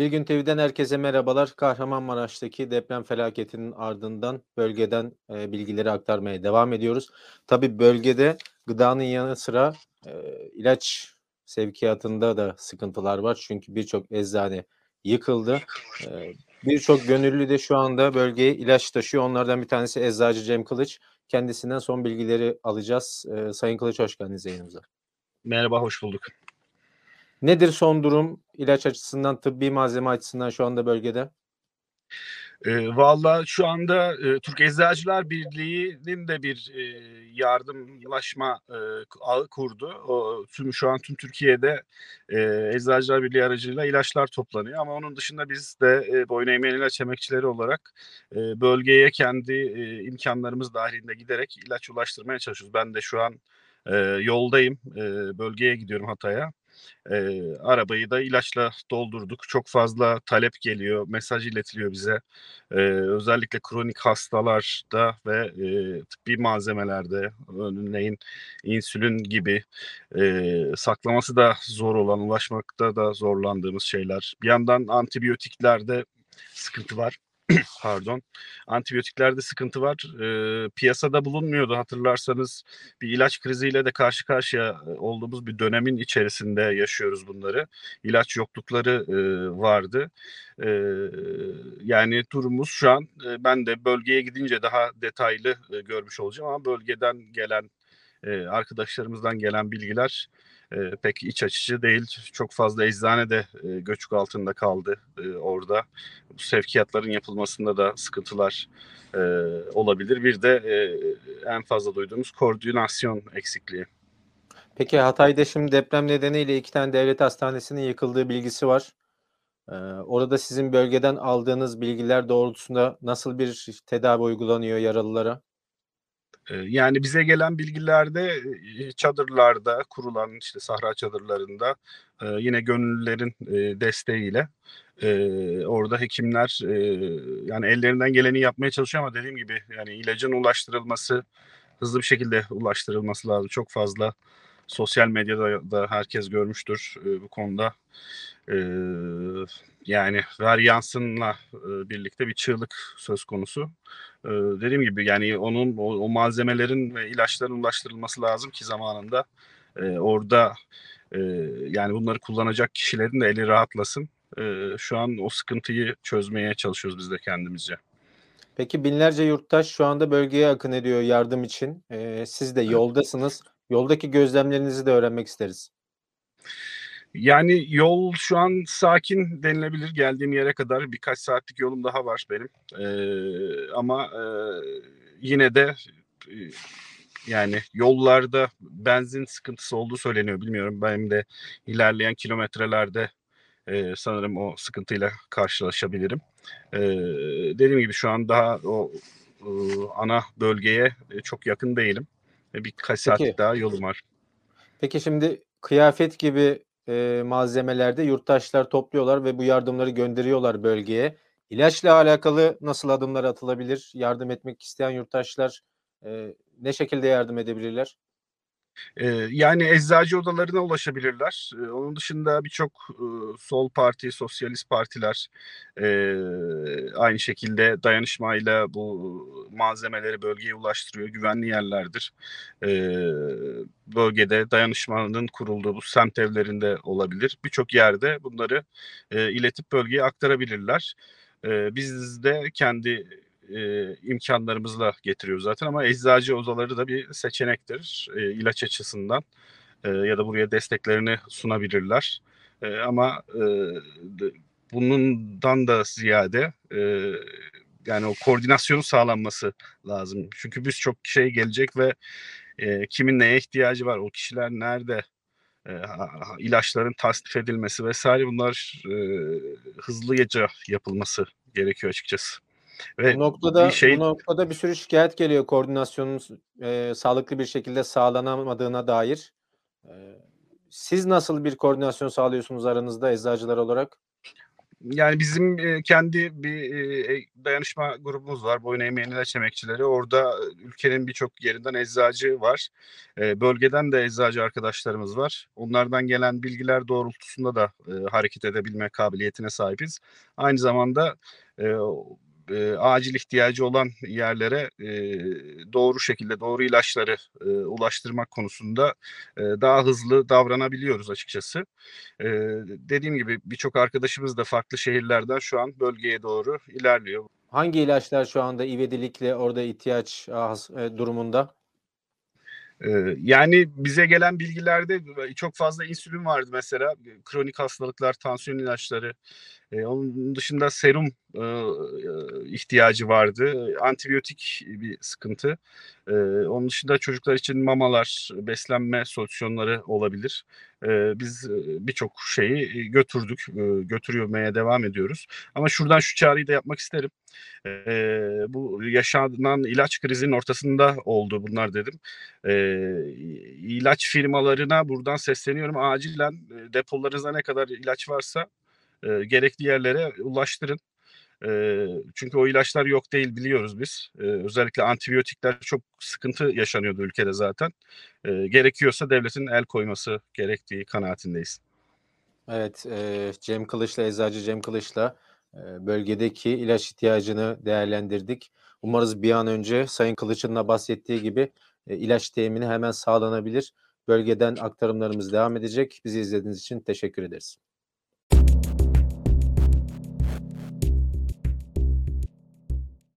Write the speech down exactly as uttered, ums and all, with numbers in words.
Bir Gün T V'den herkese merhabalar. Kahramanmaraş'taki deprem felaketinin ardından bölgeden, eee, bilgileri aktarmaya devam ediyoruz. Tabii bölgede gıdanın yanı sıra, eee, ilaç sevkiyatında da sıkıntılar var. Çünkü birçok eczane yıkıldı. Eee, birçok gönüllü de şu anda bölgeye ilaç taşıyor. Onlardan bir tanesi eczacı Cem Kılıç. Kendisinden son bilgileri alacağız. Eee, Sayın Kılıç hoş geldiniz yayınımıza. Merhaba, hoş bulduk. Nedir son durum ilaç açısından, tıbbi malzeme açısından şu anda bölgede? Eee, valla şu anda, eee, Türk Eczacılar Birliği'nin de bir, eee, yardımlaşma, eee, ağı kurdu. O tüm şu an tüm Türkiye'de, eee, Eczacılar Birliği aracılığıyla ilaçlar toplanıyor ama onun dışında biz de, eee, boyun eğmeyen ilaç emekçileri olarak, eee, bölgeye kendi, eee, imkânlarımız dâhilinde giderek ilaç ulaştırmaya çalışıyoruz. Ben de şu an, eee, yoldayım. Eee, bölgeye gidiyorum, Hatay'a. Eee, arabayı da ilaçla doldurduk. Çok fazla talep geliyor, mesaj iletiliyor bize. Eee, özellikle kronik hastalarda ve, eee, tıbbi malzemelerde, örneğin insülin gibi, eee, saklaması da zor olan, ulaşmakta da zorlandığımız şeyler. Bir yandan antibiyotiklerde sıkıntı var. Pardon. Antibiyotiklerde sıkıntı var. Eee, piyasada bulunmuyordu hatırlarsanız. Bir ilaç kriziyle de karşı karşıya olduğumuz bir dönemin içerisinde yaşıyoruz bunları. İlaç yoklukları, eee, vardı. Eee, yani durumumuz şu an, eee, ben de bölgeye gidince daha detaylı, eee, görmüş olacağım ama bölgeden gelen, eee, arkadaşlarımızdan gelen bilgiler, eee, pek iç açıcı değil. Çok fazla eczane de, eee, göçük altında kaldı, eee, orada. Bu sevkiyatların yapılmasında da sıkıntılar, eee, olabilir. Bir de, eee, en fazla duyduğumuz koordinasyon eksikliği. Peki Hatay'da şimdi deprem nedeniyle iki tane devlet hastanesinin yıkıldığı bilgisi var. Eee, orada sizin bölgeden aldığınız bilgiler doğrultusunda nasıl bir tedavi uygulanıyor yaralılara? Eee, yani bize gelen bilgilerde, eee, çadırlarda kurulan, işte, sahra çadırlarında, eee, yine gönüllülerin, eee, desteğiyle, eee, orada hekimler, eee, yani ellerinden geleni yapmaya çalışıyor ama dediğim gibi, yani ilacın ulaştırılması, hızlı bir şekilde ulaştırılması lazım. Çok fazla sosyal medyada da herkes görmüştür, eee, bu konuda. Eee, yani ver yansınla, eee, birlikte bir çığlık söz konusu. Eee, dediğim gibi, yani onun o o malzemelerin ve ilaçların ulaştırılması lazım ki zamanında, eee, orada, eee, yani bunları kullanacak kişilerin de eli rahatlasın. Eee, şu an o sıkıntıyı çözmeye çalışıyoruz biz de kendimizce. Peki binlerce yurttaş şu anda bölgeye akın ediyor yardım için. Eee, siz de Evet. yoldasınız. Yoldaki gözlemlerinizi de öğrenmek isteriz. Yani yol şu an sakin denilebilir geldiğim yere kadar. Birkaç saatlik yolum daha var benim. Eee, ama, eee, yine de, eee, yani yollarda benzin sıkıntısı olduğu söyleniyor. Bilmiyorum, benim de ilerleyen kilometrelerde, eee, sanırım o sıkıntıyla karşılaşabilirim. Eee, dediğim gibi şu an daha o, ııı, ana bölgeye, eee, çok yakın değilim. Ve birkaç Peki saatlik daha yolum var. peki şimdi kıyafet gibi, eee, malzemeler de yurttaşlar topluyorlar ve bu yardımları gönderiyorlar bölgeye. İlaçla alakalı nasıl adımlar atılabilir? Yardım etmek isteyen yurttaşlar, eee, ne şekilde yardım edebilirler? Eee, yani eczacı odalarına ulaşabilirler. Eee, onun dışında birçok, ııı, sol parti, sosyalist partiler, eee, aynı şekilde dayanışmayla bu malzemeleri bölgeye ulaştırıyor. Güvenli yerlerdir. Eee, bölgede dayanışmanın kurulduğu bu semt evlerinde olabilir. Birçok yerde bunları, eee, iletip bölgeye aktarabilirler. Eee, biz de kendi, eee, imkânlarımızla getiriyoruz zaten ama eczacı odaları da bir seçenektir, eee, ilaç açısından, eee, ya da buraya desteklerini sunabilirler. Eee, ama, eee, d bundan da ziyade, eee, yani o koordinasyonun sağlanması lazım. Çünkü birçok şey gelecek ve, eee, kimin neye ihtiyacı var, o kişiler nerede, eee, ha ha ilaçların tasnif edilmesi vesaire bunlar, eee, hızlıca yapılması gerekiyor açıkçası. Ve Bu bir noktada bu şey. noktada bir sürü şikâyet geliyor koordinasyonun s eee, sağlıklı bir şekilde sağlanamadığına dair. Eee, siz nasıl bir koordinasyon sağlıyorsunuz aranızda eczacılar olarak? Yani bizim, eee, kendi bir, eee, dayanışma grubumuz var. Boyun eğmeyen ilaç emekçileri. Orada ülkenin birçok yerinden eczacı var. Eee, bölgeden de eczacı arkadaşlarımız var. Onlardan gelen bilgiler doğrultusunda da, eee, hareket edebilme kabiliyetine sahibiz. Aynı zamanda, eee, o eee, acil ihtiyacı olan yerlere, eee, doğru şekilde doğru ilaçları, eee, ulaştırmak konusunda, eee, daha hızlı davranabiliyoruz açıkçası. Eee, dediğim gibi birçok arkadaşımız da farklı şehirlerden şu an bölgeye doğru ilerliyor. Hangi ilaçlar şu anda ivedilikle orada ihtiyaç has eee, durumunda? Eee, yani bize gelen bilgilerde çok fazla insülin vardı mesela. Kronik hastalıklar, tansiyon ilaçları, eee, onun dışında serum, ııı, ihtiyacı vardı. Antibiyotik bir sıkıntı. Eee, onun dışında çocuklar için mamalar, beslenme solüsyonları olabilir. Eee, biz, eee, birçok şeyi götürdük, eee, götürmeye devam ediyoruz. Ama şuradan şu çağrıyı da yapmak isterim. Eee, bu yaşanan ilaç krizinin ortasında oldu bunlar dedim. Eee, ilaç firmalarına buradan sesleniyorum. Acilen, eee, depolarınızda ne kadar ilaç varsa, eee, gerekli yerlere ulaştırın. Eee, çünkü o ilaçlar yok değil biliyoruz biz. Eee, özellikle antibiyotikler çok sıkıntı yaşanıyordu ülkede zaten. Eee, gerekiyorsa devletin el koyması gerektiği kanaatindeyz. Evet, eee, Cem Kılıç'la, eczacı Cem Kılıç'la, eee, bölgedeki ilaç ihtiyacını değerlendirdik. Umarız bir an önce Sayın Kılıç'ın da bahsettiği gibi, eee, ilaç temini hemen sağlanabilir. Bölgeden aktarımlarımız devam edecek. Bizi izlediğiniz için teşekkür ederiz.